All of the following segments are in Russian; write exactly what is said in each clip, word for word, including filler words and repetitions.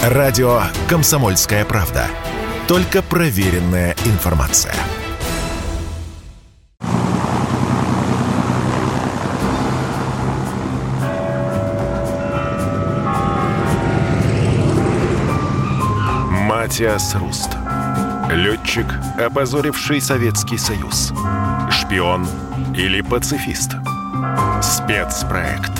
Радио «Комсомольская правда». Только проверенная информация. Матиас Руст. Летчик, опозоривший Советский Союз. Шпион или пацифист? Спецпроект.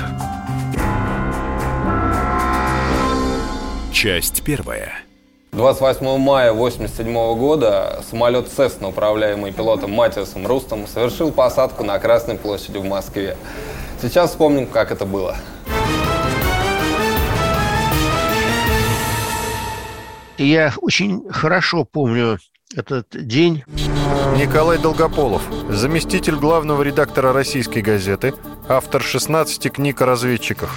Часть первая. двадцать восьмого мая восемьдесят седьмого года самолет «Цесна», управляемый пилотом Матиасом Рустом, совершил посадку на Красной площади в Москве. Сейчас вспомним, как это было. Я очень хорошо помню этот день. Николай Долгополов, заместитель главного редактора «Российской газеты», автор шестнадцати книг о разведчиках.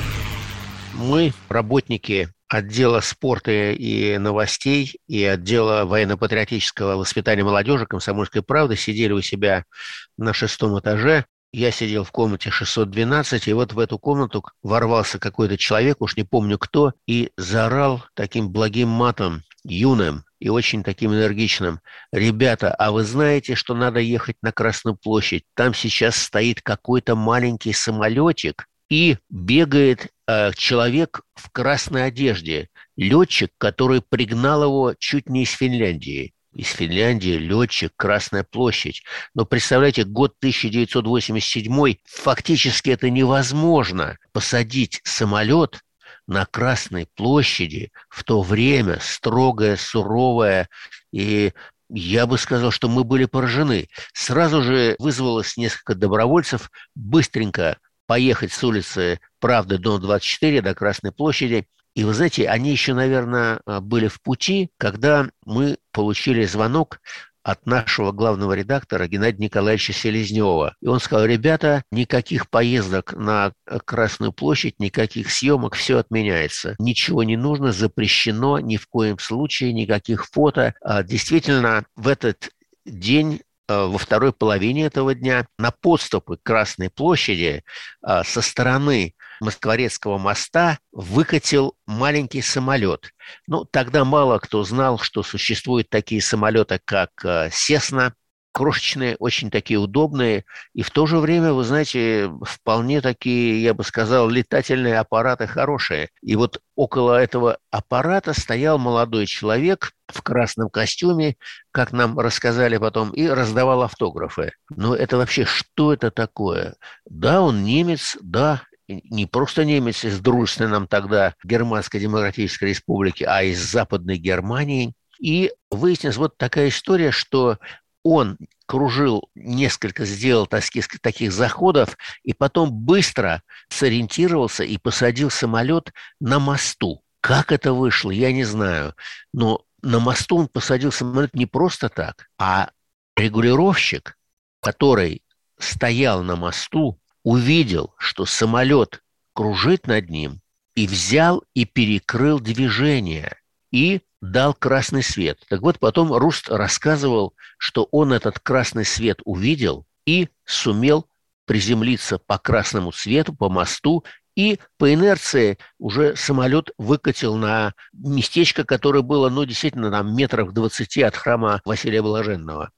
Мы, работники отдела спорта и новостей и отдела военно-патриотического воспитания молодежи «Комсомольской правды», сидели у себя на шестом этаже. Я сидел в комнате шестьсот двенадцать, и вот в эту комнату ворвался какой-то человек, уж не помню кто, и заорал таким благим матом, юным и очень таким энергичным: «Ребята, а вы знаете, что надо ехать на Красную площадь? Там сейчас стоит какой-то маленький самолетик, и бегает э, человек в красной одежде, летчик, который пригнал его чуть не из Финляндии». Из Финляндии летчик, Красная площадь. Но представляете, год тысяча девятьсот восемьдесят седьмой, фактически это невозможно посадить самолет на Красной площади в то время, строгое, суровое, и я бы сказал, что мы были поражены. Сразу же вызвалось несколько добровольцев быстренько поехать с улицы Правды, дом двадцать четыре, до Красной площади. И вы знаете, они еще, наверное, были в пути, когда мы получили звонок от нашего главного редактора Геннадия Николаевича Селезнева. И он сказал: ребята, никаких поездок на Красную площадь, никаких съемок, все отменяется. Ничего не нужно, запрещено ни в коем случае, никаких фото. Действительно, в этот день, во второй половине этого дня, на подступы к Красной площади со стороны Москворецкого моста выкатил маленький самолет. Ну, тогда мало кто знал, что существуют такие самолеты, как «Сесна», крошечные, очень такие удобные, и в то же время, вы знаете, вполне такие, я бы сказал, летательные аппараты хорошие. И вот около этого аппарата стоял молодой человек в красном костюме, как нам рассказали потом, и раздавал автографы. Но это вообще, что это такое? Да, он немец, да, не просто немец из дружественной нам тогда Германской Демократической Республики, а из Западной Германии. И выяснилась вот такая история, что он кружил, несколько сделал таких, таких заходов, и потом быстро сориентировался и посадил самолет на мосту. Как это вышло, я не знаю. Но на мосту он посадил самолет не просто так, а регулировщик, который стоял на мосту, увидел, что самолет кружит над ним, и взял и перекрыл движение, и дал красный свет. Так вот, потом Руст рассказывал, что он этот красный свет увидел и сумел приземлиться по красному свету, по мосту, и по инерции уже самолет выкатил на местечко, которое было, ну, действительно, там метров двадцати от храма Василия Блаженного.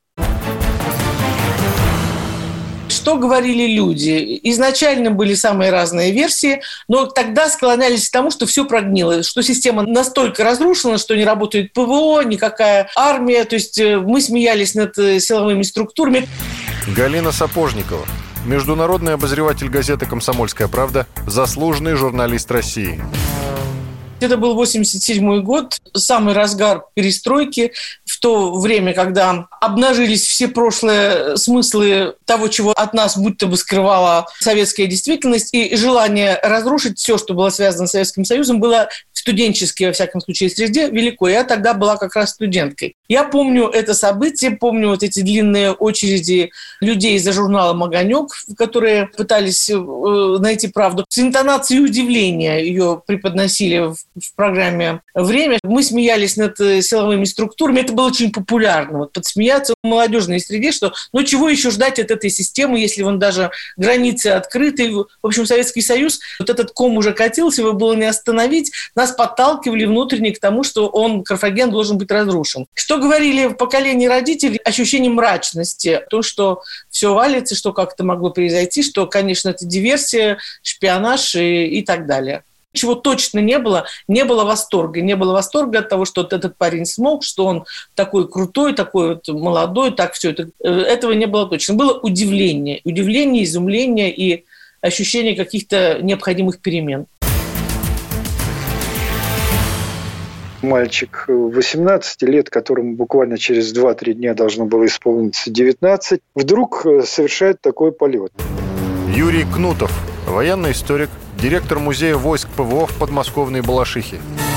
Что говорили люди? Изначально были самые разные версии, но тогда склонялись к тому, что все прогнило, что система настолько разрушена, что не работает ПВО, никакая армия. То есть мы смеялись над силовыми структурами. Галина Сапожникова, международный обозреватель газеты «Комсомольская правда», заслуженный журналист России. Это был восемьдесят седьмой год, самый разгар перестройки, в то время, когда обнажились все прошлые смыслы того, чего от нас будто бы скрывала советская действительность, и желание разрушить все, что было связано с Советским Союзом, было в студенческой, во всяком случае, среде велико. Я тогда была как раз студенткой. Я помню это событие, помню вот эти длинные очереди людей за журналом «Огонек», которые пытались найти правду. С интонацией удивления ее преподносили в, в программе «Время». Мы смеялись над силовыми структурами. Это было очень популярно. Вот подсмеяться в молодежной среде, что ну чего еще ждать от этой системы, если вон даже границы открыты. В общем, Советский Союз, вот этот ком уже катился, его было не остановить. Нас подталкивали внутренне к тому, что он, Карфаген, должен быть разрушен. Что говорили в поколении родителей? Ощущение мрачности. То, что все валится, что как-то могло произойти, что, конечно, это диверсия, шпионаж и, и так далее. Чего точно не было, не было восторга. Не было восторга от того, что вот этот парень смог, что он такой крутой, такой вот молодой, так все это. Этого не было точно. Было удивление. Удивление, изумление и ощущение каких-то необходимых перемен. Мальчик восемнадцати лет, которому буквально через два-три дня должно было исполниться девятнадцать, вдруг совершает такой полет. Юрий Кнутов, военный историк, директор музея войск ПВО в подмосковной Балашихе.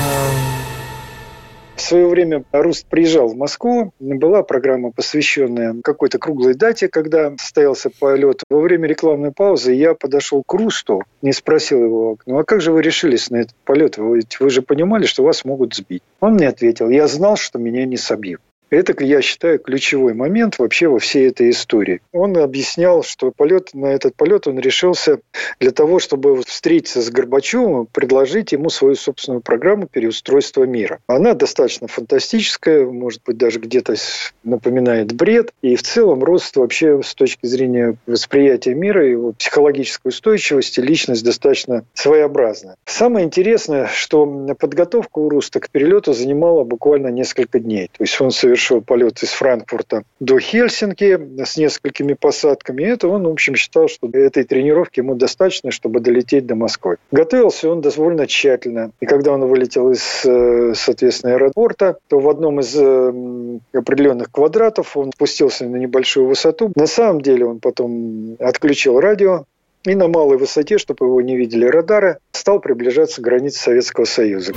В свое время Руст приезжал в Москву, была программа, посвященная какой-то круглой дате, когда состоялся полет. Во время рекламной паузы я подошел к Русту и спросил его: ну а как же вы решились на этот полет? Вы, вы же понимали, что вас могут сбить. Он мне ответил: я знал, что меня не собьют. Это, я считаю, ключевой момент вообще во всей этой истории. Он объяснял, что полет, на этот полет он решился для того, чтобы встретиться с Горбачевым и предложить ему свою собственную программу переустройства мира. Она достаточно фантастическая, может быть, даже где-то напоминает бред. И в целом рост вообще с точки зрения восприятия мира, его психологической устойчивости, личность достаточно своеобразная. Самое интересное, что подготовка у Руста к перелету занимала буквально несколько дней. То есть он совершил полет из Франкфурта до Хельсинки с несколькими посадками. И это он, в общем, считал, что этой тренировки ему достаточно, чтобы долететь до Москвы. Готовился он довольно тщательно. И когда он вылетел из, соответственно, аэропорта, то в одном из определенных квадратов он спустился на небольшую высоту. На самом деле он потом отключил радио и на малой высоте, чтобы его не видели радары, стал приближаться к границе Советского Союза.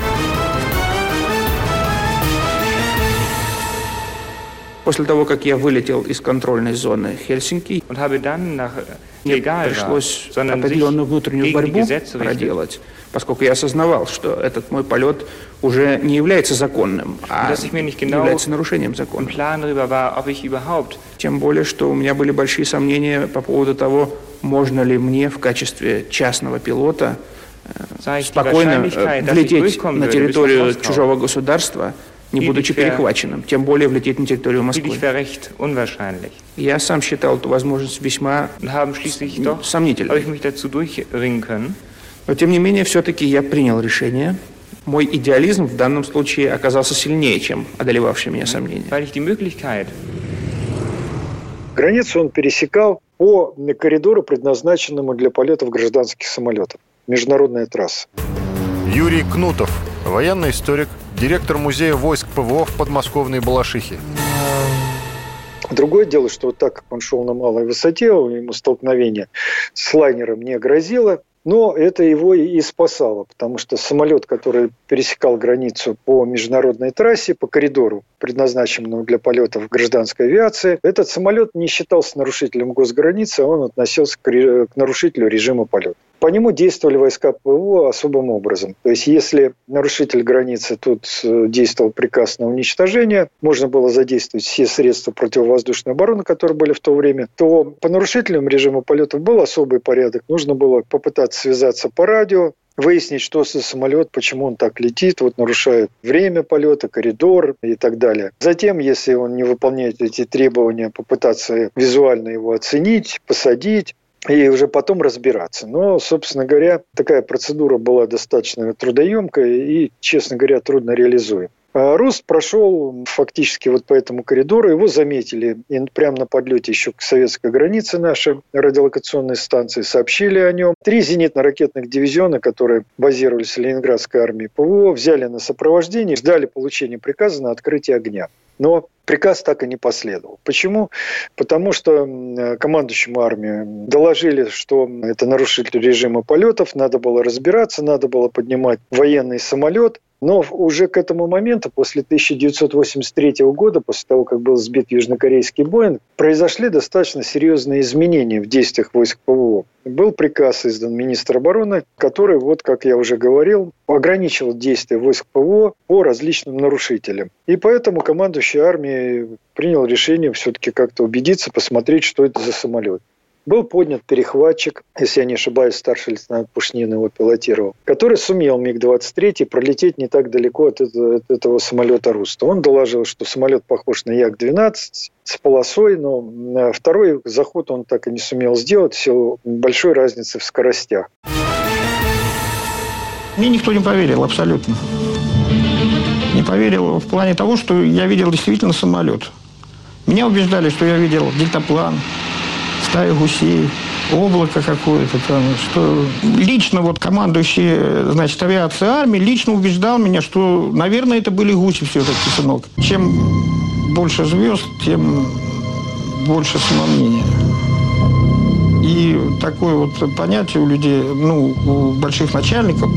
После того, как я вылетел из контрольной зоны Хельсинки, мне пришлось определенную внутреннюю борьбу проделать, поскольку я осознавал, что этот мой полет уже не является законным, а является нарушением закона. Тем более, что у меня были большие сомнения по поводу того, можно ли мне в качестве частного пилота спокойно влететь на территорию чужого государства, не будучи перехваченным, тем более влететь на территорию Москвы. Я сам считал эту возможность весьма сомнительной. Но, тем не менее, все-таки я принял решение. Мой идеализм в данном случае оказался сильнее, чем одолевавшие меня сомнения. Границу он пересекал по коридору, предназначенному для полетов гражданских самолетов. Международная трасса. Юрий Кнутов, военный историк, директор музея войск ПВО в подмосковной Балашихе. Другое дело, что вот так как он шел на малой высоте, ему столкновение с лайнером не грозило, но это его и спасало, потому что самолет, который пересекал границу по международной трассе, по коридору, предназначенному для полетов гражданской авиации, этот самолет не считался нарушителем госграницы, а он относился к нарушителю режима полета. По нему действовали войска ПВО особым образом. То есть, если нарушитель границы тут действовал приказ на уничтожение, можно было задействовать все средства противовоздушной обороны, которые были в то время, то по нарушителям режима полета был особый порядок. Нужно было попытаться связаться по радио, выяснить, что за самолет, почему он так летит, вот нарушает время полета, коридор и так далее. Затем, если он не выполняет эти требования, попытаться визуально его оценить, посадить, и уже потом разбираться. Но, собственно говоря, такая процедура была достаточно трудоемкая и, честно говоря, трудно реализуема. Руст прошел фактически вот по этому коридору, его заметили и прямо на подлете еще к советской границе нашей радиолокационной станции, сообщили о нем. Три зенитно-ракетных дивизиона, которые базировались в Ленинградской армии ПВО, взяли на сопровождение, ждали получения приказа на открытие огня. Но приказ так и не последовал. Почему? Потому что командующему армии доложили, что это нарушитель режима полетов, надо было разбираться, надо было поднимать военный самолет. Но уже к этому моменту, после тысяча девятьсот восемьдесят третьего года, после того, как был сбит южнокорейский Боинг, произошли достаточно серьезные изменения в действиях войск ПВО. Был приказ издан министра обороны, который, вот как я уже говорил, ограничивал действия войск ПВО по различным нарушителям. И поэтому командующий армией принял решение все-таки как-то убедиться, посмотреть, что это за самолет. Был поднят перехватчик, если я не ошибаюсь, старший лейтенант Пушнин его пилотировал, который сумел миг двадцать три пролететь не так далеко от этого, от этого самолета «Руста». Он доложил, что самолет похож на Як двенадцать с полосой, но второй заход он так и не сумел сделать в силу большой разницы в скоростях. Мне никто не поверил, абсолютно. Не поверил в плане того, что я видел действительно самолет. Меня убеждали, что я видел дельтаплан, стаю гусей, облако какое-то там, что лично вот командующий, значит, авиацией армии лично убеждал меня, что, наверное, это были гуси все-таки, сынок. Чем больше звезд, тем больше самомнения. И такое вот понятие у людей, ну, у больших начальников,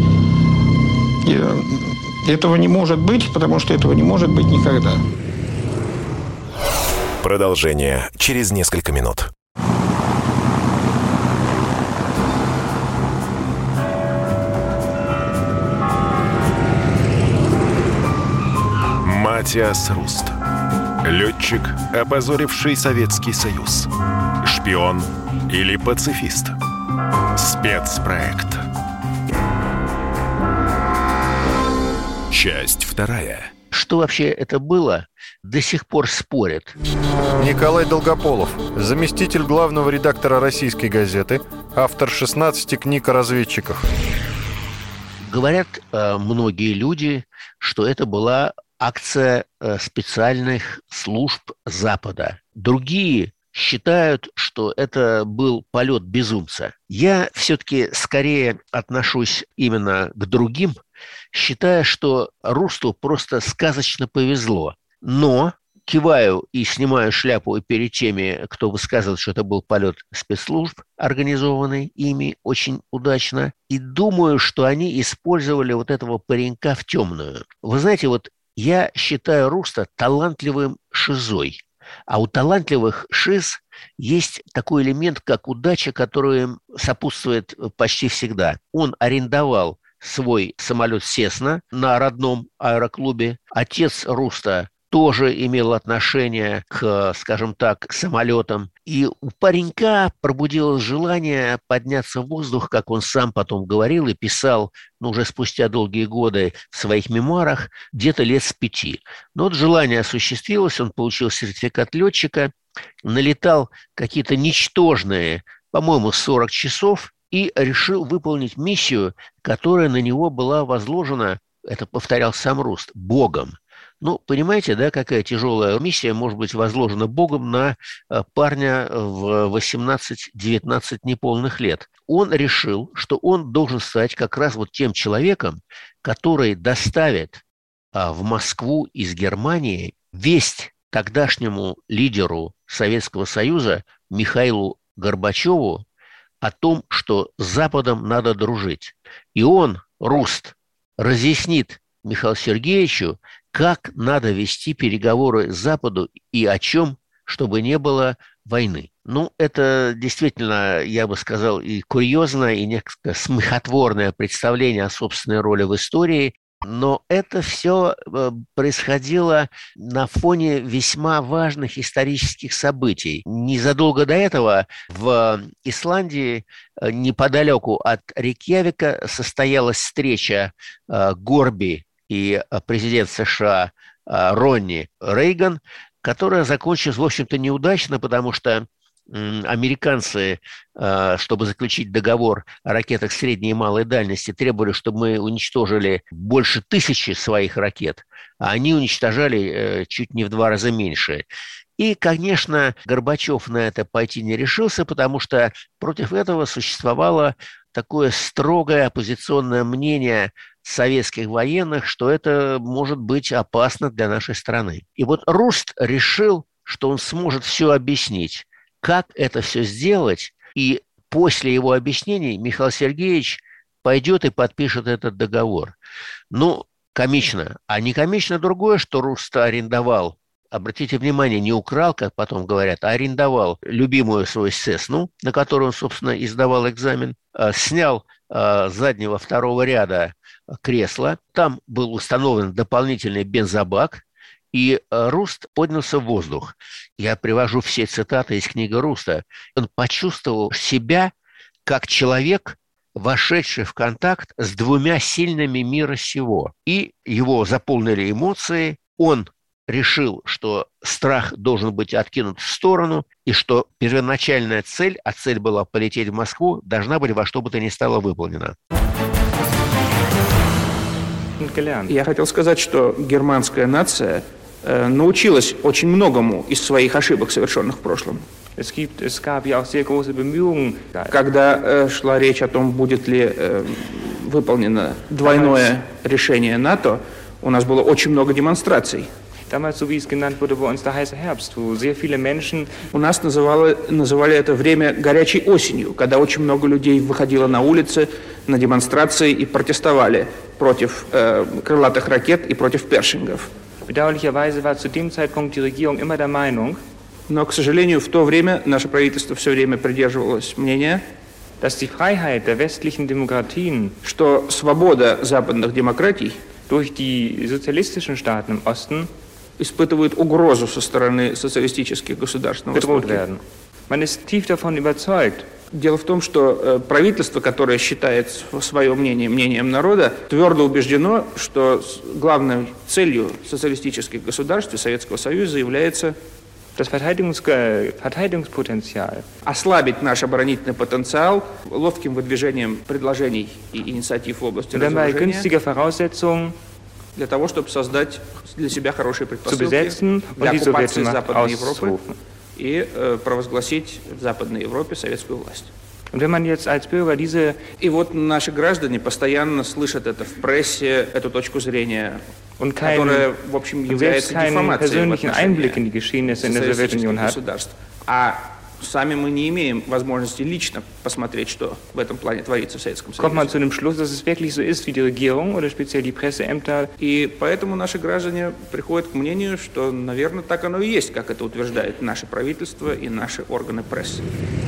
этого не может быть, потому что этого не может быть никогда. Продолжение через несколько минут. Матиас Руст. Летчик, опозоривший Советский Союз. Шпион или пацифист. Спецпроект. Часть вторая. Что вообще это было, до сих пор спорят. Николай Долгополов, заместитель главного редактора «Российской газеты», автор шестнадцати книг о разведчиках. Говорят э, многие люди, что это была акция э, специальных служб Запада. Другие считают, что это был полет безумца. Я все-таки скорее отношусь именно к другим, считая, что Русту просто сказочно повезло. Но киваю и снимаю шляпу и перед теми, кто высказывает, что это был полет спецслужб, организованный ими очень удачно, и думаю, что они использовали вот этого паренька в темную. Вы знаете, вот я считаю Руста талантливым шизой. А у талантливых шиз есть такой элемент, как удача, которая им сопутствует почти всегда. Он арендовал свой самолет «Сесна» на родном аэроклубе. Отец Руста тоже имел отношение к, скажем так, к самолетам. И у паренька пробудилось желание подняться в воздух, как он сам потом говорил и писал, ну, уже спустя долгие годы в своих мемуарах, где-то лет с пяти. Но вот желание осуществилось, он получил сертификат летчика, налетал какие-то ничтожные, по-моему, сорок часов, и решил выполнить миссию, которая на него была возложена, это повторял сам Руст, Богом. Ну, понимаете, да, какая тяжелая миссия может быть возложена Богом на парня в восемнадцать-девятнадцать неполных лет. Он решил, что он должен стать как раз вот тем человеком, который доставит в Москву из Германии весть тогдашнему лидеру Советского Союза Михаилу Горбачеву о том, что с Западом надо дружить. И он, Руст, разъяснит Михаилу Сергеевичу, как надо вести переговоры с Западу и о чем, чтобы не было войны. Ну, это действительно, я бы сказал, и курьезное, и несколько смехотворное представление о собственной роли в истории, но это все происходило на фоне весьма важных исторических событий. Незадолго до этого в Исландии, неподалеку от Рейкьявика, состоялась встреча Горби и президент США Ронни Рейган, которая закончилась, в общем-то, неудачно, потому что американцы, чтобы заключить договор о ракетах средней и малой дальности, требовали, чтобы мы уничтожили больше тысячи своих ракет, а они уничтожали чуть не в два раза меньше. И, конечно, Горбачев на это пойти не решился, потому что против этого существовало такое строгое оппозиционное мнение советских военных, что это может быть опасно для нашей страны. И вот Руст решил, что он сможет все объяснить, как это все сделать, и после его объяснений Михаил Сергеевич пойдет и подпишет этот договор. Ну, комично. А не комично другое, что Руст арендовал, обратите внимание, не украл, как потом говорят, а арендовал любимую свою Сесну, на которую он, собственно, и сдавал экзамен, снял с заднего второго ряда кресло, там был установлен дополнительный бензобак, и Руст поднялся в воздух. Я привожу все цитаты из книги Руста. Он почувствовал себя как человек, вошедший в контакт с двумя сильными мира сего. И его заполнили эмоции. Он решил, что страх должен быть откинут в сторону, и что первоначальная цель, а цель была полететь в Москву, должна быть во что бы то ни стало выполнена. Я хотел сказать, что германская нация э, научилась очень многому из своих ошибок, совершенных в прошлом. Es gibt, es gab ja auch sehr große Bemühungen. Когда э, шла речь о том, будет ли э, выполнено двойное решение НАТО, у нас было очень много демонстраций. Damals, so wie es genannt wurde, bei uns der heiße Herbst, wo sehr viele Menschen... У нас называли, называли это время горячей осенью, когда очень много людей выходило на улицы, на демонстрации и протестовали против э, крылатых ракет и против першингов. Bedauerlicherweise war zu dem Zeitpunkt die Regierung immer der Meinung, но, к сожалению, в то время наше правительство все время придерживалось мнения, dass die Freiheit der westlichen Demokratien, что свобода западных демократий durch die sozialistischen Staaten im Osten испытывает угрозу со стороны социалистических государств на Востоке. Man ist tief davon überzeugt. Дело в том, что э, правительство, которое считает свое мнение мнением народа, твердо убеждено, что главной целью социалистических государств и Советского Союза является das Verteidigungspotenzial. Ослабить наш оборонительный потенциал ловким выдвижением предложений и инициатив в области разоружения для того, чтобы создать для себя хорошие предпосылки для оккупации Западной Европы и э, провозгласить в Западной Европе советскую власть. И вот наши граждане постоянно слышат это в прессе, эту точку зрения, которая, в общем, является деформацией в отношении социалистических государств. А сами мы не имеем возможности лично посмотреть, что в этом плане творится в Советском Союзе. Kommt man zu dem Schluss, dass es wirklich so ist, wie die Regierung oder speziell die Presseämter. И поэтому наши граждане приходят к мнению, что, наверное, так оно и есть, как это утверждает наше правительство и наши органы прессы.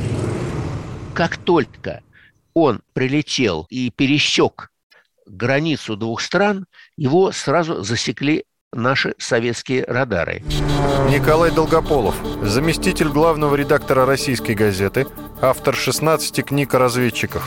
Как только он прилетел и пересек границу двух стран, его сразу засекли наши советские радары. Николай Долгополов, заместитель главного редактора «Российской газеты», автор шестнадцати книг о разведчиках.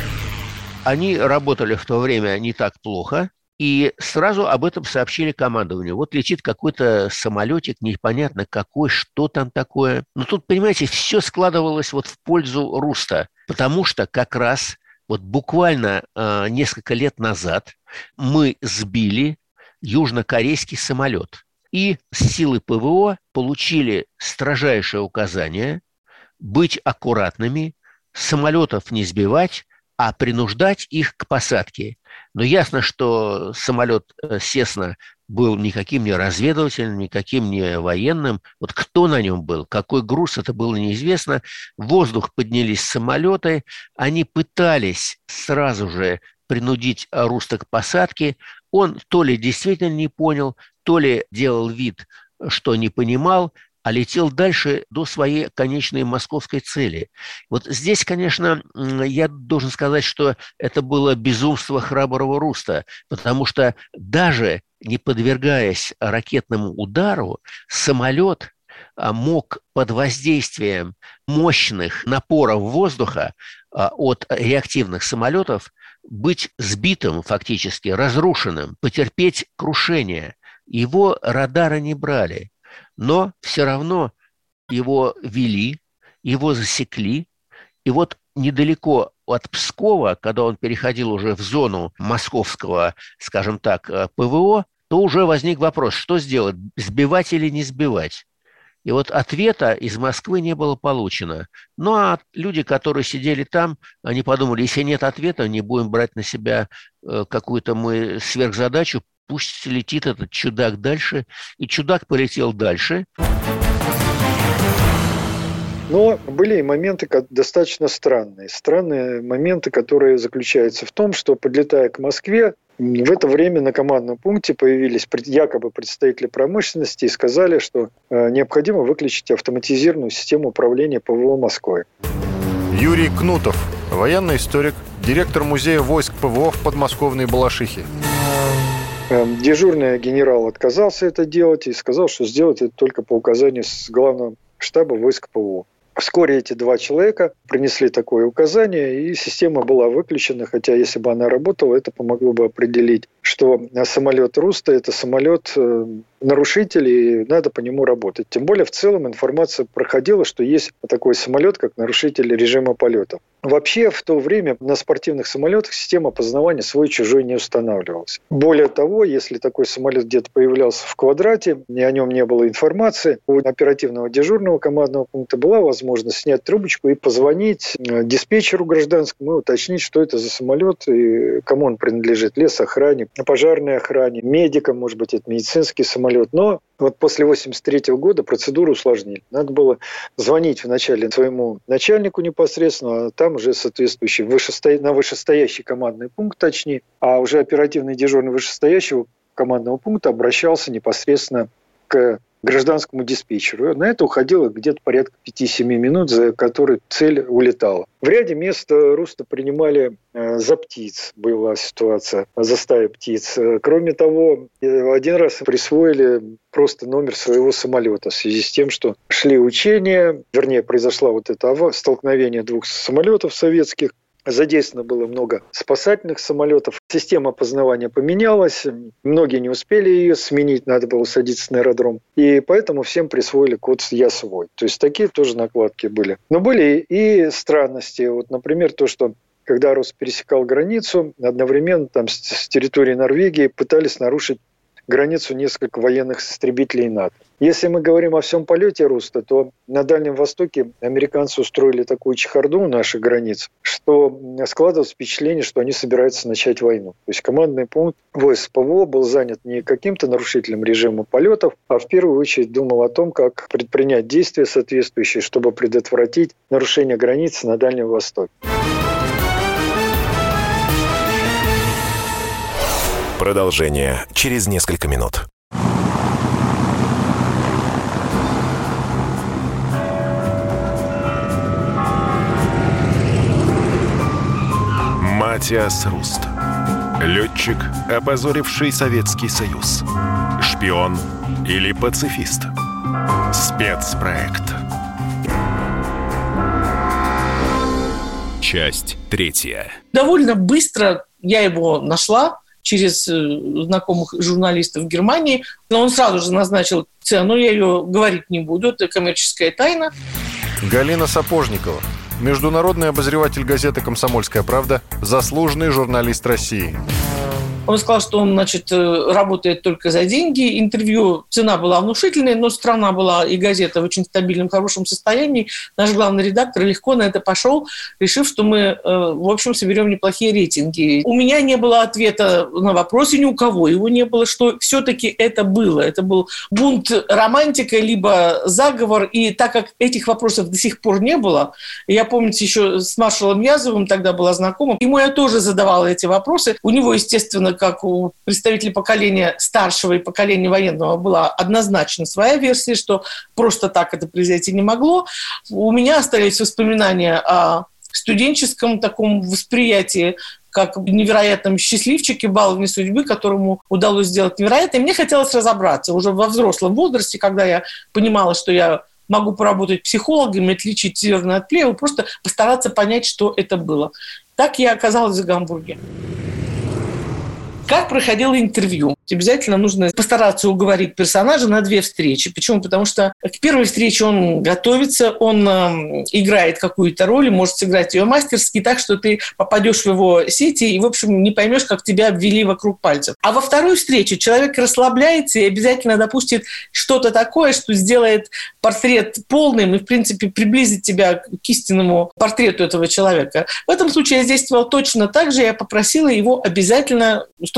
Они работали в то время не так плохо, и сразу об этом сообщили командованию. Вот летит какой-то самолетик, непонятно какой, что там такое. Но тут, понимаете, все складывалось вот в пользу Руста, потому что как раз вот буквально э, несколько лет назад мы сбили южнокорейский самолет. И силы ПВО получили строжайшее указание быть аккуратными, самолетов не сбивать, а принуждать их к посадке. Но ясно, что самолет «Сесна» был никаким не разведывательным, никаким не военным. Вот кто на нем был, какой груз, это было неизвестно. В воздух поднялись самолеты, они пытались сразу же принудить Руста к посадке. Он то ли действительно не понял, то ли делал вид, что не понимал, а летел дальше до своей конечной московской цели. Вот здесь, конечно, я должен сказать, что это было безумство храброго Руста, потому что даже не подвергаясь ракетному удару, самолет мог под воздействием мощных напоров воздуха от реактивных самолетов быть сбитым фактически, разрушенным, потерпеть крушение. Его радары не брали, но все равно его вели, его засекли. И вот недалеко от Пскова, когда он переходил уже в зону московского, скажем так, ПВО, то уже возник вопрос, что сделать, сбивать или не сбивать. И вот ответа из Москвы не было получено. Ну, а люди, которые сидели там, они подумали, если нет ответа, не будем брать на себя какую-то мы сверхзадачу, пусть летит этот чудак дальше. И чудак полетел дальше. Но были и моменты достаточно странные. Странные моменты, которые заключаются в том, что, подлетая к Москве, В это время на командном пункте появились якобы представители промышленности и сказали, что необходимо выключить автоматизированную систему управления ПВО Москвой. Юрий Кнутов, военный историк, директор музея войск ПВО в подмосковной Балашихе. Дежурный генерал отказался это делать и сказал, что сделать это только по указанию с главного штаба войск ПВО. Вскоре эти два человека принесли такое указание, и система была выключена, хотя если бы она работала, это помогло бы определить, что самолет Руста – это самолет нарушитель, и надо по нему работать. Тем более, в целом информация проходила, что есть такой самолет, как нарушитель режима полета. Вообще, в то время на спортивных самолетах система опознавания свой-чужой не устанавливалась. Более того, если такой самолет где-то появлялся в квадрате, и о нем не было информации, у оперативного дежурного командного пункта была возможность снять трубочку и позвонить диспетчеру гражданскому и уточнить, что это за самолет и кому он принадлежит. Лесохране, пожарной охране, медикам, может быть, это медицинский самолет. Но вот после восемьдесят третьего года процедуру усложнили. Надо было звонить вначале своему начальнику непосредственно, а там уже соответствующий вышесто... на вышестоящий командный пункт, точнее, а уже оперативный дежурный вышестоящего командного пункта обращался непосредственно к гражданскому диспетчеру. На это уходило где-то порядка пять-семь минут, за которые цель улетала. В ряде мест Руста принимали э, за птиц, была ситуация, за стаи птиц. Кроме того, один раз присвоили просто номер своего самолета в связи с тем, что шли учения, вернее, произошло вот это столкновение двух самолетов советских. Задействовано было много спасательных самолетов. Система опознавания поменялась. Многие не успели ее сменить, надо было садиться на аэродром. И поэтому всем присвоили код «Я свой». То есть такие тоже накладки были. Но были и странности. Вот, например, то, что когда Рус пересекал границу, одновременно там с территории Норвегии пытались нарушить границу несколько военных истребителей НАТО. Если мы говорим о всем полете Руста, то на Дальнем Востоке американцы устроили такую чехарду у наших границ, что складывалось впечатление, что они собираются начать войну. То есть командный пункт войск ПВО был занят не каким-то нарушителем режима полетов, а в первую очередь думал о том, как предпринять действия соответствующие, чтобы предотвратить нарушение границы на Дальнем Востоке. Продолжение через несколько минут. Матиас Руст. Летчик, опозоривший Советский Союз. Шпион или пацифист. Спецпроект. Часть третья. Довольно быстро я его нашла через знакомых журналистов в Германии, но он сразу же назначил цену, я ее говорить не буду, это коммерческая тайна. Галина Сапожникова, международный обозреватель газеты «Комсомольская правда», заслуженный журналист России. Он сказал, что он, значит, работает только за деньги. Интервью, цена была внушительная, но страна была и газета в очень стабильном, хорошем состоянии. Наш главный редактор легко на это пошел, решив, что мы, в общем, соберем неплохие рейтинги. У меня не было ответа на вопрос, и ни у кого его не было, что все-таки это было. Это был бунт романтика, либо заговор. И так как этих вопросов до сих пор не было, я, помните, еще с маршалом Язовым тогда была знакома, ему я тоже задавала эти вопросы. У него, естественно, как у представителей поколения старшего и поколения военного была однозначно своя версия, что просто так это произойти не могло. У меня остались воспоминания о студенческом таком восприятии, как невероятном счастливчике, баловне судьбы, которому удалось сделать невероятное. И мне хотелось разобраться уже во взрослом возрасте, когда я понимала, что я могу поработать психологом, отличить зерна от плевел, просто постараться понять, что это было. Так я оказалась в Гамбурге. Как проходило интервью? Обязательно нужно постараться уговорить персонажа на две встречи. Почему? Потому что к первой встрече он готовится, он э, играет какую-то роль, может сыграть ее мастерски так, что ты попадешь в его сети и, в общем, не поймешь, как тебя обвели вокруг пальцев. А во второй встрече человек расслабляется и обязательно допустит что-то такое, что сделает портрет полным и, в принципе, приблизит тебя к истинному портрету этого человека. В этом случае я действовала точно так же. Я попросила его обязательно устроить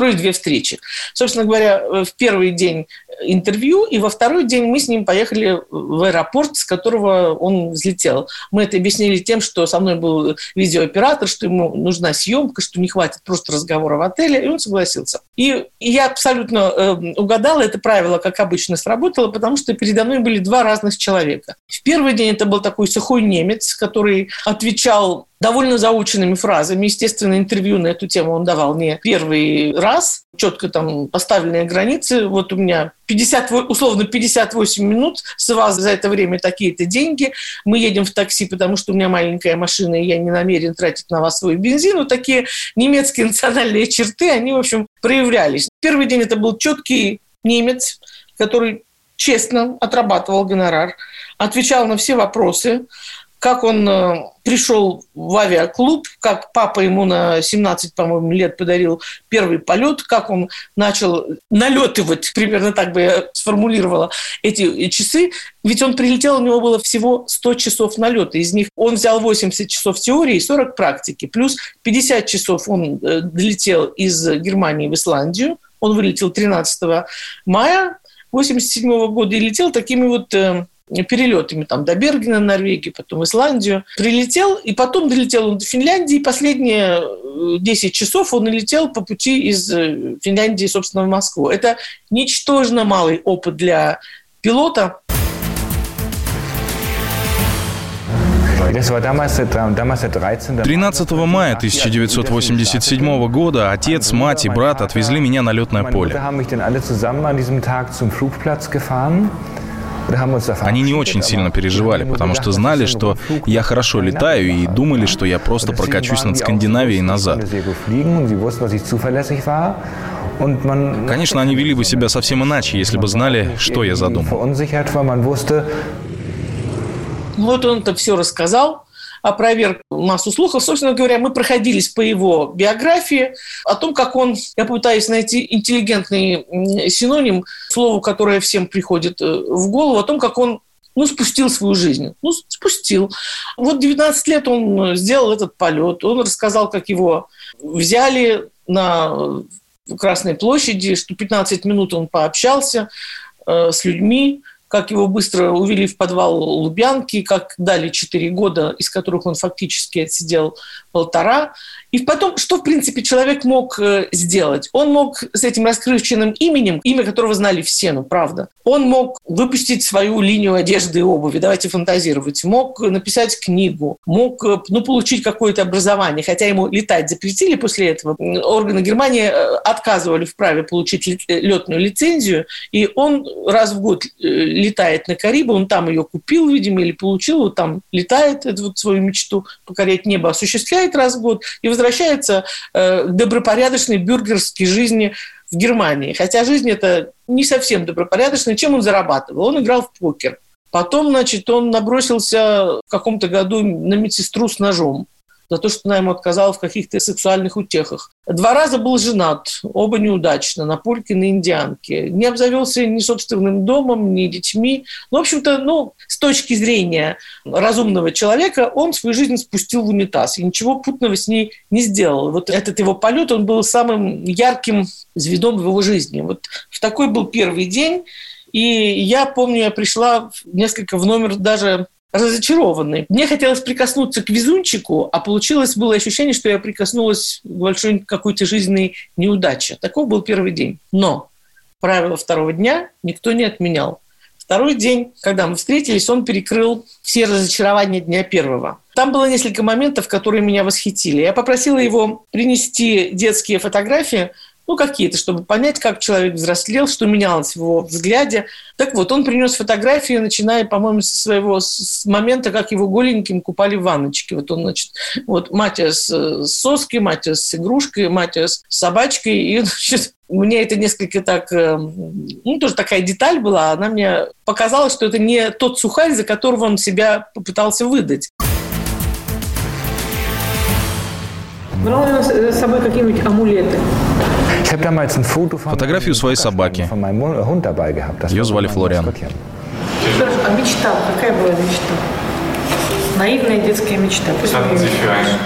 устроить две встречи. Собственно говоря, в первый день интервью, и во второй день мы с ним поехали в аэропорт, с которого он взлетел. Мы это объяснили тем, что со мной был видеооператор, что ему нужна съемка, что не хватит просто разговора в отеле, и он согласился. И я абсолютно э, угадала, это правило, как обычно, сработало, потому что передо мной были два разных человека. В первый день это был такой сухой немец, который отвечал довольно заученными фразами. Естественно, интервью на эту тему он давал не первый раз. Четко там поставленные границы. Вот у меня пятьдесят, условно пятьдесят восемь минут. С вас за это время такие-то деньги. Мы едем в такси, потому что у меня маленькая машина, и я не намерен тратить на вас свой бензин. Вот такие немецкие национальные черты, они, в общем, проявлялись. Первый день это был четкий немец, который честно отрабатывал гонорар, отвечал на все вопросы, как он э, пришел в авиаклуб, как папа ему на семнадцать, по-моему, лет подарил первый полет, как он начал налетывать, примерно так бы я сформулировала, эти часы. Ведь он прилетел, у него было всего сто часов налета. Из них он взял восемьдесят часов теории и сорок практики. Плюс пятьдесят часов он э, долетел из Германии в Исландию. Он вылетел тринадцатого мая восемьдесят седьмого года и летел такими вот... Э, перелетами там, до Бергена, Норвегии, потом в Исландию. Прилетел, и потом долетел он до Финляндии. Последние десять часов он летел по пути из Финляндии, собственно, в Москву. Это ничтожно малый опыт для пилота. тринадцатого мая тысяча девятьсот восемьдесят седьмого года отец, мать и брат отвезли меня на летное поле. Они не очень сильно переживали, потому что знали, что я хорошо летаю, и думали, что я просто прокачусь над Скандинавией назад. Конечно, они вели бы себя совсем иначе, если бы знали, что я задумал. Вот он это все рассказал, опроверг массу слухов. Собственно говоря, мы проходились по его биографии, о том, как он, я пытаюсь найти интеллигентный синоним, слову, которое всем приходит в голову, о том, как он ну, спустил свою жизнь. Ну, спустил. Вот девятнадцать лет он сделал этот полет, он рассказал, как его взяли на Красной площади, что пятнадцать минут он пообщался э, с людьми, как его быстро увели в подвал Лубянки, как дали четыре года, из которых он фактически отсидел полтора. И потом, что, в принципе, человек мог сделать? Он мог с этим раскрывченным именем, имя которого знали все, ну, правда, он мог выпустить свою линию одежды и обуви, давайте фантазировать, мог написать книгу, мог, ну, получить какое-то образование, хотя ему летать запретили после этого. Органы Германии отказывали в праве получить летную лицензию, и он раз в год летает на Карибы, он там ее купил, видимо, или получил, вот там летает, эту вот свою мечту покорять небо, осуществляет раз в год и возвращается э, к добропорядочной бюргерской жизни в Германии. Хотя жизнь эта не совсем добропорядочная. Чем он зарабатывал? Он играл в покер. Потом, значит, он набросился в каком-то году на медсестру с ножом за то, что она ему отказала в каких-то сексуальных утехах. Два раза был женат, оба неудачно, на польке, на индианке. Не обзавелся ни собственным домом, ни детьми. Ну, в общем-то, ну, с точки зрения разумного человека, он свою жизнь спустил в унитаз и ничего путного с ней не сделал. Вот этот его полет, он был самым ярким звеном в его жизни. Вот в такой был первый день. И я помню, я пришла несколько в номер даже разочарованный. Мне хотелось прикоснуться к везунчику, а получилось, было ощущение, что я прикоснулась к большой какой-то жизненной неудаче. Таков был первый день. Но правила второго дня никто не отменял. Второй день, когда мы встретились, он перекрыл все разочарования дня первого. Там было несколько моментов, которые меня восхитили. Я попросила его принести детские фотографии, ну, какие-то, чтобы понять, как человек взрослел, что менялось в его взгляде. Так вот, он принес фотографии, начиная, по-моему, со своего с момента, как его голеньким купали в ванночке. Вот он, значит, вот Матя с, с соской, Матя с игрушкой, Матя с собачкой. И, значит, мне это несколько так, ну, тоже такая деталь была. Она мне показала, что это не тот сухарь, за которого он себя попытался выдать. Брал ли он с собой какие-нибудь амулеты? Фотографию своей собаки. Ее звали Флориан. Хорошо, а мечта? Какая была мечта? Наивная детская мечта.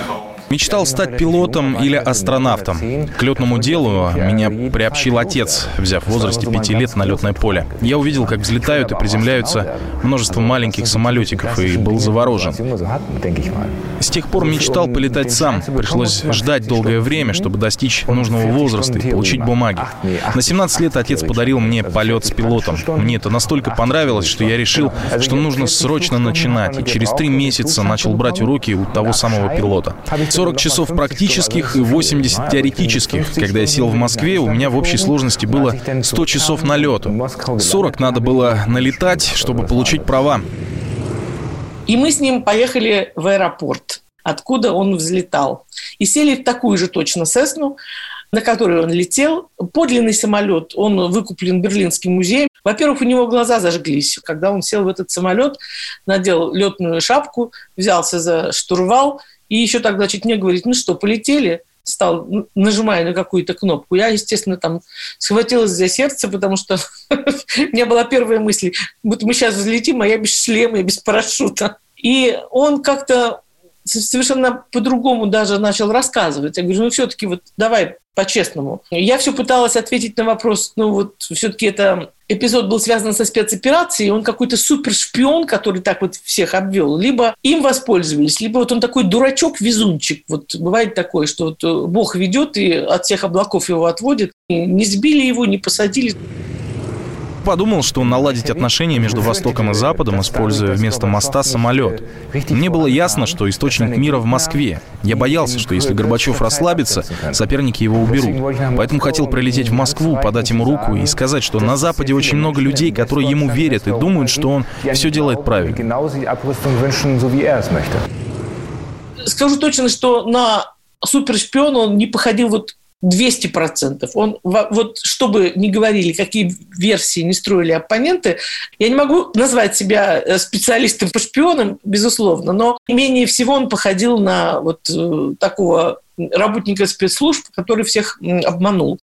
Мечтал стать пилотом или астронавтом. К летному делу меня приобщил отец, взяв в возрасте пяти лет на летное поле. Я увидел, как взлетают и приземляются множество маленьких самолетиков, и был заворожен. С тех пор мечтал полетать сам. Пришлось ждать долгое время, чтобы достичь нужного возраста и получить бумаги. На семнадцать лет отец подарил мне полет с пилотом. Мне это настолько понравилось, что я решил, что нужно срочно начинать, и через три месяца начал брать уроки у того самого пилота. сорок часов практических и восемьдесят теоретических. Когда я сел в Москве, у меня в общей сложности было сто часов налету. сорок надо было налетать, чтобы получить права. И мы с ним поехали в аэропорт, откуда он взлетал. И сели в такую же точно Сесну, на которой он летел. Подлинный самолет, он выкуплен Берлинским музеем. Во-первых, у него глаза зажглись. Когда он сел в этот самолет, надел летную шапку, взялся за штурвал, и еще тогда чуть мне говорит: ну что, полетели? Стал, нажимая на какую-то кнопку. Я, естественно, там схватилась за сердце, потому что у меня была первая мысль: вот мы сейчас взлетим, а я без шлема, я без парашюта. И он как-то совершенно по-другому даже начал рассказывать. Я говорю: ну все-таки вот давай по-честному. Я все пыталась ответить на вопрос, ну вот все-таки это эпизод был связан со спецоперацией, он какой-то супершпион, который так вот всех обвел. Либо им воспользовались, либо вот он такой дурачок-везунчик. Вот бывает такое, что вот Бог ведет и от всех облаков его отводит. И не сбили его, не посадили. Подумал, что наладить отношения между Востоком и Западом, используя вместо моста самолет. Мне было ясно, что источник мира в Москве. Я боялся, что если Горбачев расслабится, соперники его уберут. Поэтому хотел прилететь в Москву, подать ему руку и сказать, что на Западе очень много людей, которые ему верят и думают, что он все делает правильно. Скажу точно, что на супершпиона он не походил вот двести процентов. Он, вот что бы ни говорили, какие версии не строили оппоненты, я не могу назвать себя специалистом по шпионам, безусловно, но менее всего он походил на вот такого работника спецслужб, который всех обманул.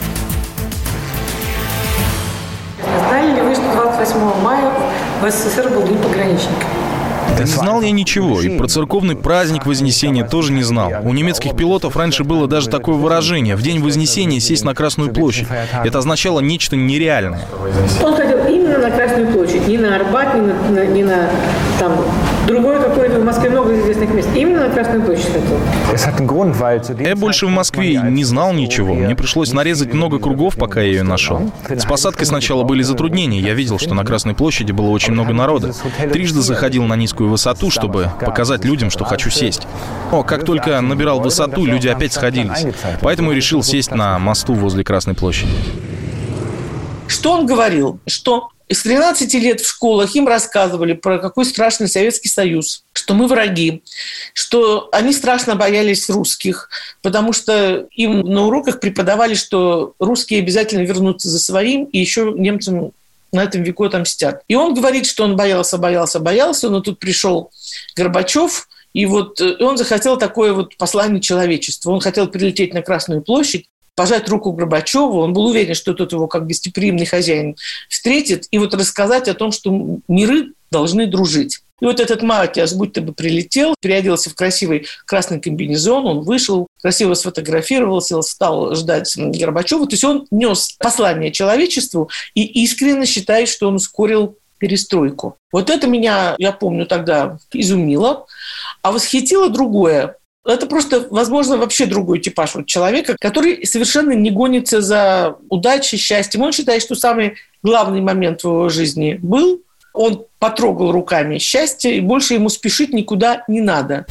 Знали ли вы, что двадцать восьмого мая в СССР был День пограничника? Да не знал я ничего, и про церковный праздник Вознесения тоже не знал. У немецких пилотов раньше было даже такое выражение: в день Вознесения сесть на Красную площадь. Это означало нечто нереальное. Он хотел именно на Красную площадь, не на Арбат, не на, не на там, другое какое-то, в Москве много известных мест. Именно на Красную площадь хотел. Я больше в Москве не знал ничего. Мне пришлось нарезать много кругов, пока я ее нашел. С посадкой сначала были затруднения. Я видел, что на Красной площади было очень много народа. Трижды заходил на низкую высоту, чтобы показать людям, что хочу сесть. Но как только набирал высоту, люди опять сходились. Поэтому и решил сесть на мосту возле Красной площади. Что он говорил? Что с тринадцати лет в школах им рассказывали про какой страшный Советский Союз, что мы враги, что они страшно боялись русских, потому что им на уроках преподавали, что русские обязательно вернутся за своим, и еще немцам на этом веку отомстят. И он говорит, что он боялся, боялся, боялся, но тут пришел Горбачев, и вот он захотел такое вот послание человечеству. Он хотел прилететь на Красную площадь, пожать руку Горбачеву. Он был уверен, что тот его как гостеприимный хозяин встретит, и вот рассказать о том, что миры должны дружить. И вот этот Матиас будто бы прилетел, переоделся в красивый красный комбинезон, он вышел, красиво сфотографировался, стал ждать Горбачева. То есть он нес послание человечеству и искренне считает, что он ускорил перестройку. Вот это меня, я помню, тогда изумило. А восхитило другое. Это просто, возможно, вообще другой типаж вот человека, который совершенно не гонится за удачей, счастьем. Он считает, что самый главный момент в его жизни был. Он потрогал руками счастье, и больше ему спешить никуда не надо.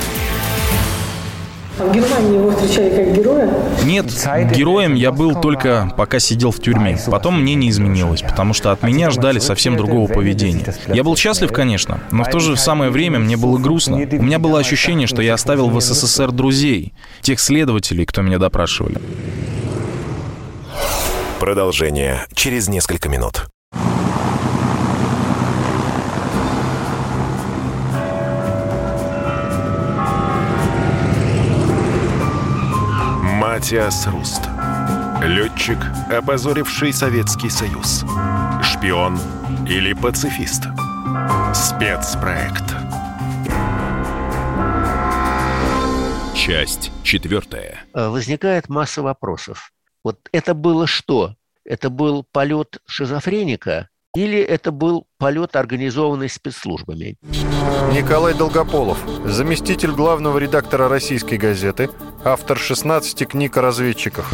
А в Германии его встречали как героя? Нет, героем я был только пока сидел в тюрьме. Потом мне не изменилось, потому что от меня ждали совсем другого поведения. Я был счастлив, конечно, но в то же самое время мне было грустно. У меня было ощущение, что я оставил в СССР друзей, тех следователей, кто меня допрашивали. Продолжение через несколько минут. Матиас Руст. Летчик, опозоривший Советский Союз. Шпион или пацифист. Спецпроект. Часть четвертая. Возникает масса вопросов. Вот это было что? Это был полет шизофреника или это был полет, организованный спецслужбами? Николай Долгополов, заместитель главного редактора «Российской газеты», автор шестнадцати книг о разведчиках.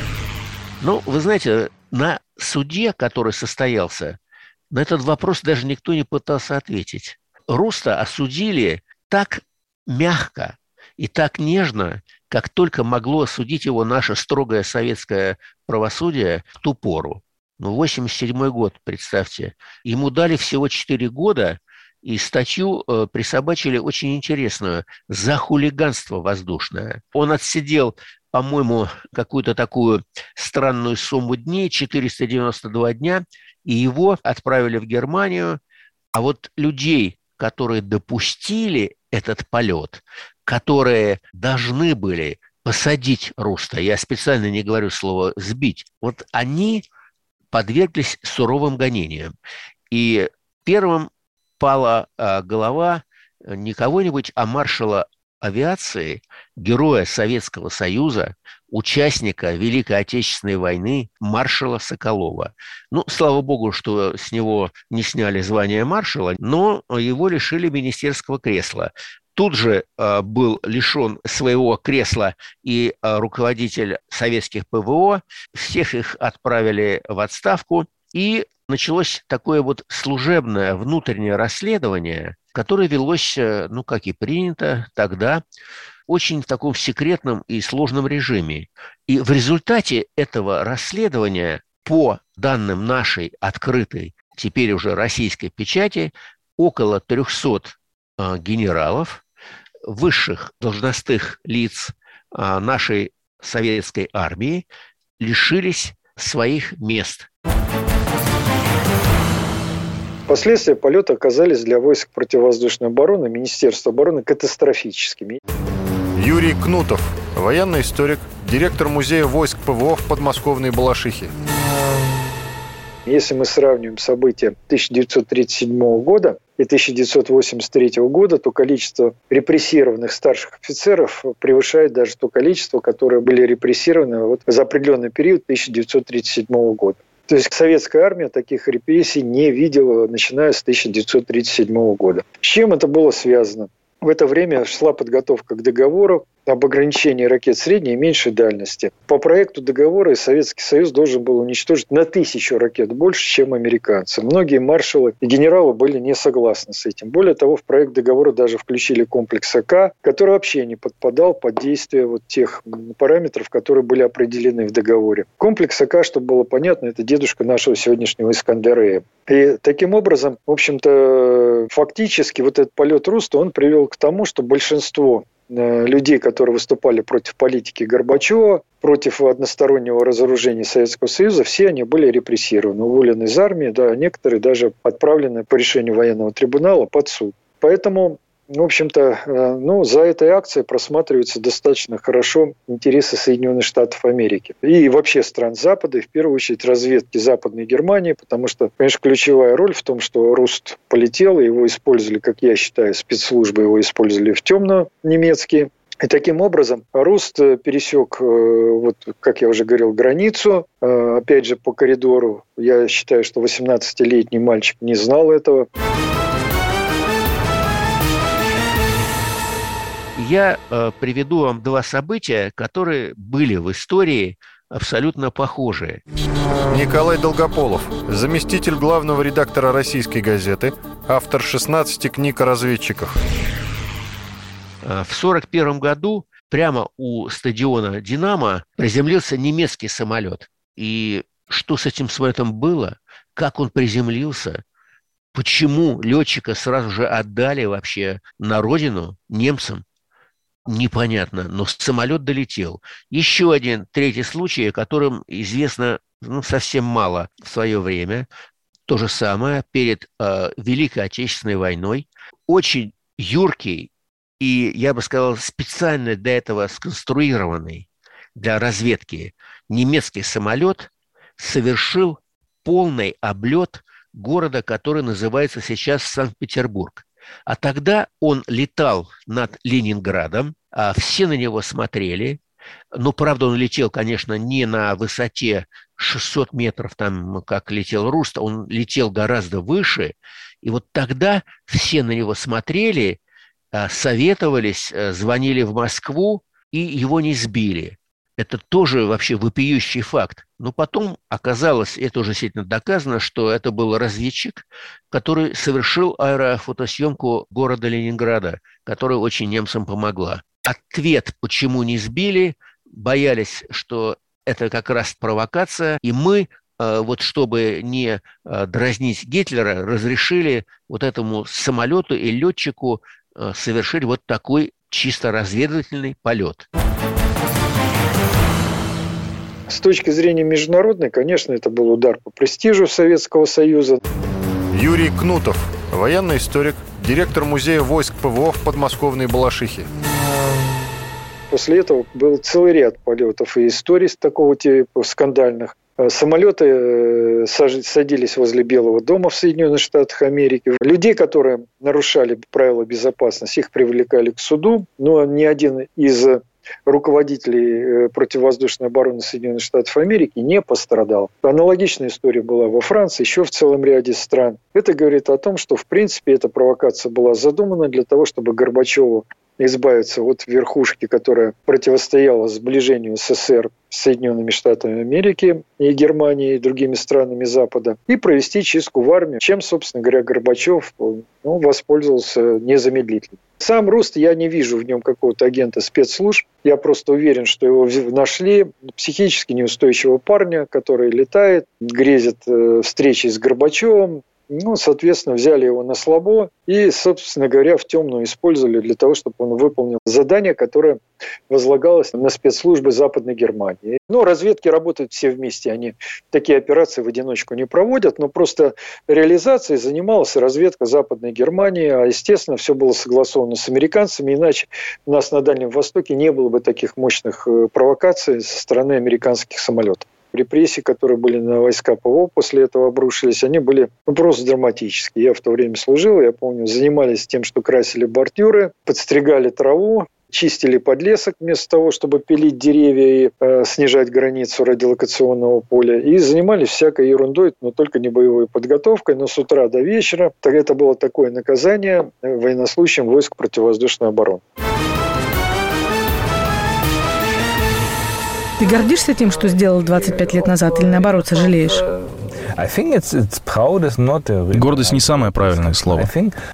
Ну, вы знаете, на суде, который состоялся, на этот вопрос даже никто не пытался ответить. Руста осудили так мягко и так нежно, как только могло осудить его наше строгое советское правосудие в ту пору. Ну, восемьдесят седьмой год, представьте. Ему дали всего четыре года, и статью э, присобачили очень интересную – за хулиганство воздушное. Он отсидел, по-моему, какую-то такую странную сумму дней, четыреста девяносто два дня, и его отправили в Германию. А вот людей, которые допустили этот полет, которые должны были посадить Руста, я специально не говорю слово «сбить», вот они подверглись суровым гонениям. И первым пала а, голова не кого-нибудь, а маршала авиации, героя Советского Союза, участника Великой Отечественной войны, маршала Соколова. Ну, слава богу, что с него не сняли звание маршала, но его лишили министерского кресла. Тут же э, был лишен своего кресла и э, руководитель советских ПВО. Всех их отправили в отставку. И началось такое вот служебное внутреннее расследование, которое велось, ну, как и принято тогда, очень в таком секретном и сложном режиме. И в результате этого расследования, по данным нашей открытой, теперь уже российской печати, около трехсот э, генералов, высших должностных лиц э, нашей советской армии лишились своих мест. Последствия полета оказались для войск противовоздушной обороны Министерства обороны катастрофическими. Юрий Кнутов, военный историк, директор музея войск ПВО в подмосковной Балашихе. Если мы сравниваем события тысяча девятьсот тридцать седьмого года и тысяча девятьсот восемьдесят третьего года, то количество репрессированных старших офицеров превышает даже то количество, которые были репрессированы вот за определенный период тысяча девятьсот тридцать седьмого года. То есть советская армия таких репрессий не видела, начиная с тысяча девятьсот тридцать седьмого года. С чем это было связано? В это время шла подготовка к договору об ограничении ракет средней и меньшей дальности. По проекту договора Советский Союз должен был уничтожить на тысячу ракет больше, чем американцы. Многие маршалы и генералы были не согласны с этим. Более того, в проект договора даже включили комплекс АК, который вообще не подпадал под действие вот тех параметров, которые были определены в договоре. Комплекс АК, чтобы было понятно, это дедушка нашего сегодняшнего Искандер-Эя. И таким образом, в общем-то, фактически вот этот полет Руста, он привел к тому, что большинство людей, которые выступали против политики Горбачева, против одностороннего разоружения Советского Союза, все они были репрессированы, уволены из армии, да, некоторые даже отправлены по решению военного трибунала под суд. Поэтому, в общем-то, ну, за этой акцией просматриваются достаточно хорошо интересы Соединенных Штатов Америки. И вообще стран Запада, и в первую очередь разведки Западной Германии, потому что, конечно, ключевая роль в том, что Руст полетел, и его использовали, как я считаю, спецслужбы его использовали в темную немецкие. И таким образом Руст пересек, вот, как я уже говорил, границу, опять же, по коридору. Я считаю, что восемнадцатилетний мальчик не знал этого. Я э, приведу вам два события, которые были в истории абсолютно похожие. Николай Долгополов, заместитель главного редактора «Российской газеты», автор шестнадцати книг о разведчиках. В сорок первом году прямо у стадиона «Динамо» приземлился немецкий самолет. И что с этим самолетом было, как он приземлился, почему летчика сразу же отдали вообще на родину немцам, непонятно, но самолет долетел. Еще один, третий случай, о котором известно, ну, совсем мало в свое время. То же самое перед э, Великой Отечественной войной. Очень юркий и, я бы сказал, специально для этого сконструированный для разведки немецкий самолет совершил полный облет города, который называется сейчас Санкт-Петербург. А тогда он летал над Ленинградом, а все на него смотрели. Но, правда, он летел, конечно, не на высоте шестьсот метров, там, как летел Руст, он летел гораздо выше. И вот тогда все на него смотрели, советовались, звонили в Москву, и его не сбили. Это тоже вообще вопиющий факт. Но потом оказалось, это уже действительно доказано, что это был разведчик, который совершил аэрофотосъемку города Ленинграда, которая очень немцам помогла. Ответ, почему не сбили, боялись, что это как раз провокация, и мы, вот чтобы не дразнить Гитлера, разрешили вот этому самолету и летчику совершить вот такой чисто разведывательный полет. С точки зрения международной, конечно, это был удар по престижу Советского Союза. Юрий Кнутов, военный историк, директор музея войск ПВО в подмосковной Балашихе. После этого был целый ряд полетов и историй такого типа скандальных. Самолеты садились возле Белого дома в Соединенных Штатах Америки. Людей, которые нарушали правила безопасности, их привлекали к суду, но ни один из руководителей противовоздушной обороны Соединенных Штатов Америки не пострадал. Аналогичная история была во Франции, еще в целом ряде стран. Это говорит о том, что, в принципе, эта провокация была задумана для того, чтобы Горбачеву избавиться от верхушки, которая противостояла сближению СССР с Соединенными Штатами Америки и Германией и другими странами Запада, и провести чистку в армии, чем, собственно говоря, Горбачев ну, воспользовался незамедлительно. Сам Руст, я не вижу в нем какого-то агента спецслужб. Я просто уверен, что его нашли психически неустойчивого парня, который летает, грезит э, встречей с Горбачевым. Ну, соответственно, взяли его на слабо и, собственно говоря, в темную использовали для того, чтобы он выполнил задание, которое возлагалось на спецслужбы Западной Германии. Ну, разведки работают все вместе, они такие операции в одиночку не проводят, но просто реализацией занималась разведка Западной Германии, а, естественно, все было согласовано с американцами, иначе у нас на Дальнем Востоке не было бы таких мощных провокаций со стороны американских самолетов. Репрессии, которые были на войска ПВО после этого обрушились, они были ну, просто драматические. Я в то время служил, я помню, занимались тем, что красили бордюры, подстригали траву, чистили подлесок вместо того, чтобы пилить деревья и э, снижать границу радиолокационного поля. И занимались всякой ерундой, но только не боевой подготовкой, но с утра до вечера. Так это было такое наказание военнослужащим войск противовоздушной обороны. Ты гордишься тем, что сделал двадцать пять лет назад, или наоборот, сожалеешь? Гордость не самое правильное слово.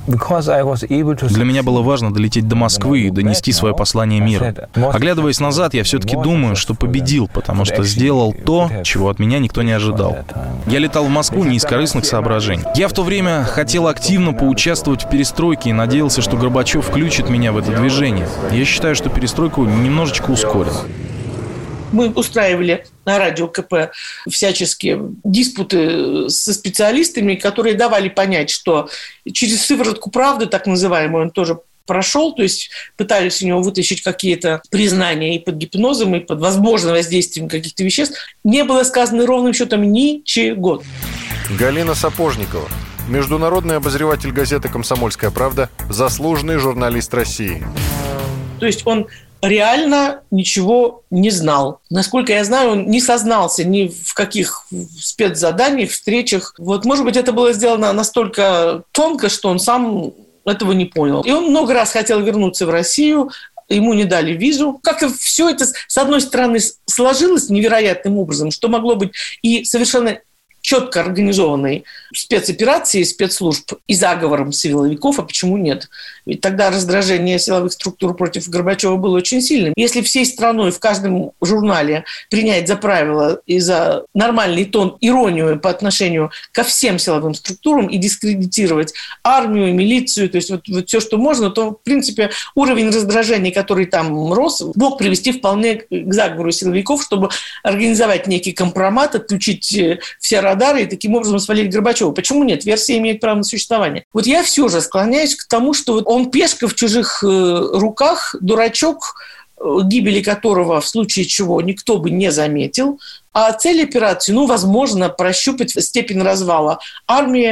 Для меня было важно долететь до Москвы и донести свое послание миру. Оглядываясь назад, я все-таки думаю, что победил, потому что сделал то, чего от меня никто не ожидал. Я летал в Москву не из корыстных соображений. Я в то время хотел активно поучаствовать в перестройке и надеялся, что Горбачев включит меня в это движение. Я считаю, что перестройку немножечко ускорил. Мы устраивали на радио КП всяческие диспуты со специалистами, которые давали понять, что через сыворотку правды, так называемую, он тоже прошел, то есть пытались у него вытащить какие-то признания и под гипнозом, и под возможным воздействием каких-то веществ. Не было сказано ровным счетом ничего. Галина Сапожникова, международный обозреватель газеты «Комсомольская правда», заслуженный журналист России. То есть он реально ничего не знал. Насколько я знаю, он не сознался ни в каких спецзаданиях, встречах. Вот, может быть, это было сделано настолько тонко, что он сам этого не понял. И он много раз хотел вернуться в Россию, ему не дали визу. Как-то все это, с одной стороны, сложилось невероятным образом, что могло быть и совершенно четко организованной спецоперацией спецслужб и заговором силовиков, а почему нет? Ведь тогда раздражение силовых структур против Горбачева было очень сильным. Если всей страной в каждом журнале принять за правило и за нормальный тон иронию по отношению ко всем силовым структурам и дискредитировать армию, милицию, то есть вот, вот все, что можно, то, в принципе, уровень раздражения, который там рос, мог привести вполне к заговору силовиков, чтобы организовать некий компромат, отключить все радары и таким образом свалить Горбачева. Почему нет? Версия имеет право на существование. Вот я все же склоняюсь к тому, что вот он пешка в чужих руках, дурачок, гибели которого в случае чего никто бы не заметил. А цель операции, ну, возможно, прощупать степень развала армии,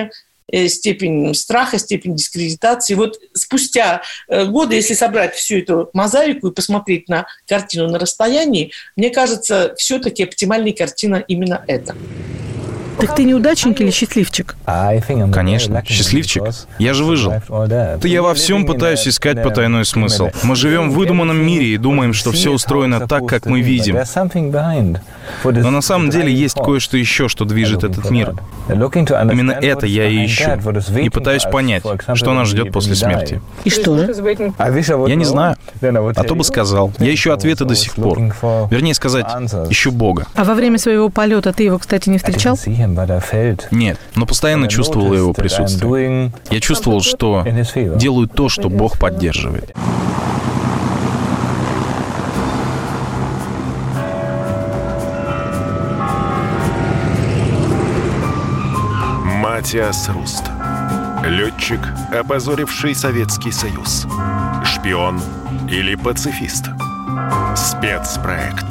степень страха, степень дискредитации. Вот спустя годы, если собрать всю эту мозаику и посмотреть на картину на расстоянии, мне кажется, все-таки оптимальная картина именно эта. Так ты неудачник или счастливчик? Конечно, счастливчик. Я же выжил. То я во всем пытаюсь искать потайной смысл. Мы живем в выдуманном мире и думаем, что все устроено так, как мы видим. Но на самом деле есть кое-что еще, что движет этот мир. Именно это я и ищу. И пытаюсь понять, что нас ждет после смерти. И что же? Я не знаю. А то бы сказал. Я ищу ответы до сих пор. Вернее сказать, ищу Бога. А во время своего полета ты его, кстати, не встречал? Нет, но постоянно чувствовал его присутствие. Я чувствовал, что делаю то, что Бог поддерживает. Матиас Руст. Летчик, опозоривший Советский Союз. Шпион или пацифист. Спецпроект.